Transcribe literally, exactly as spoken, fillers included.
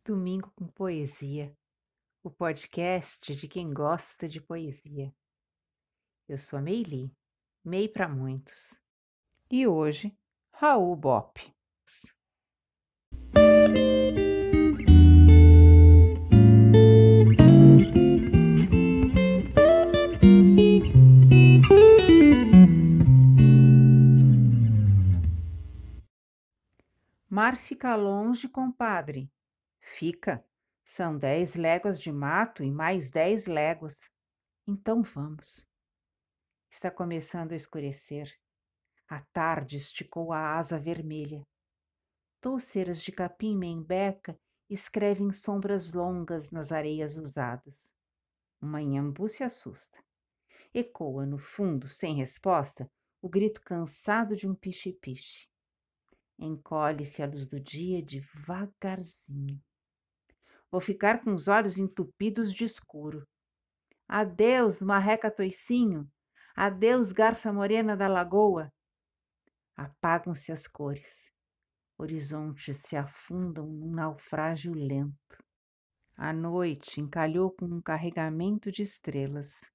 Domingo com Poesia, o podcast de quem gosta de poesia. Eu sou a Meili, Mei para muitos. E hoje, Raul Bop. Mar fica longe, compadre. Fica. São dez léguas de mato e mais dez léguas. Então vamos. Está começando a escurecer. A tarde esticou a asa vermelha. Touceiras de capim-membeca escrevem sombras longas nas areias usadas. Uma inhambu se assusta. Ecoa no fundo, sem resposta, o grito cansado de um piche-piche. Encolhe-se a luz do dia devagarzinho. Vou ficar com os olhos entupidos de escuro. Adeus, marreca toicinho. Adeus, garça morena da lagoa. Apagam-se as cores. Horizontes se afundam num naufrágio lento. A noite encalhou com um carregamento de estrelas.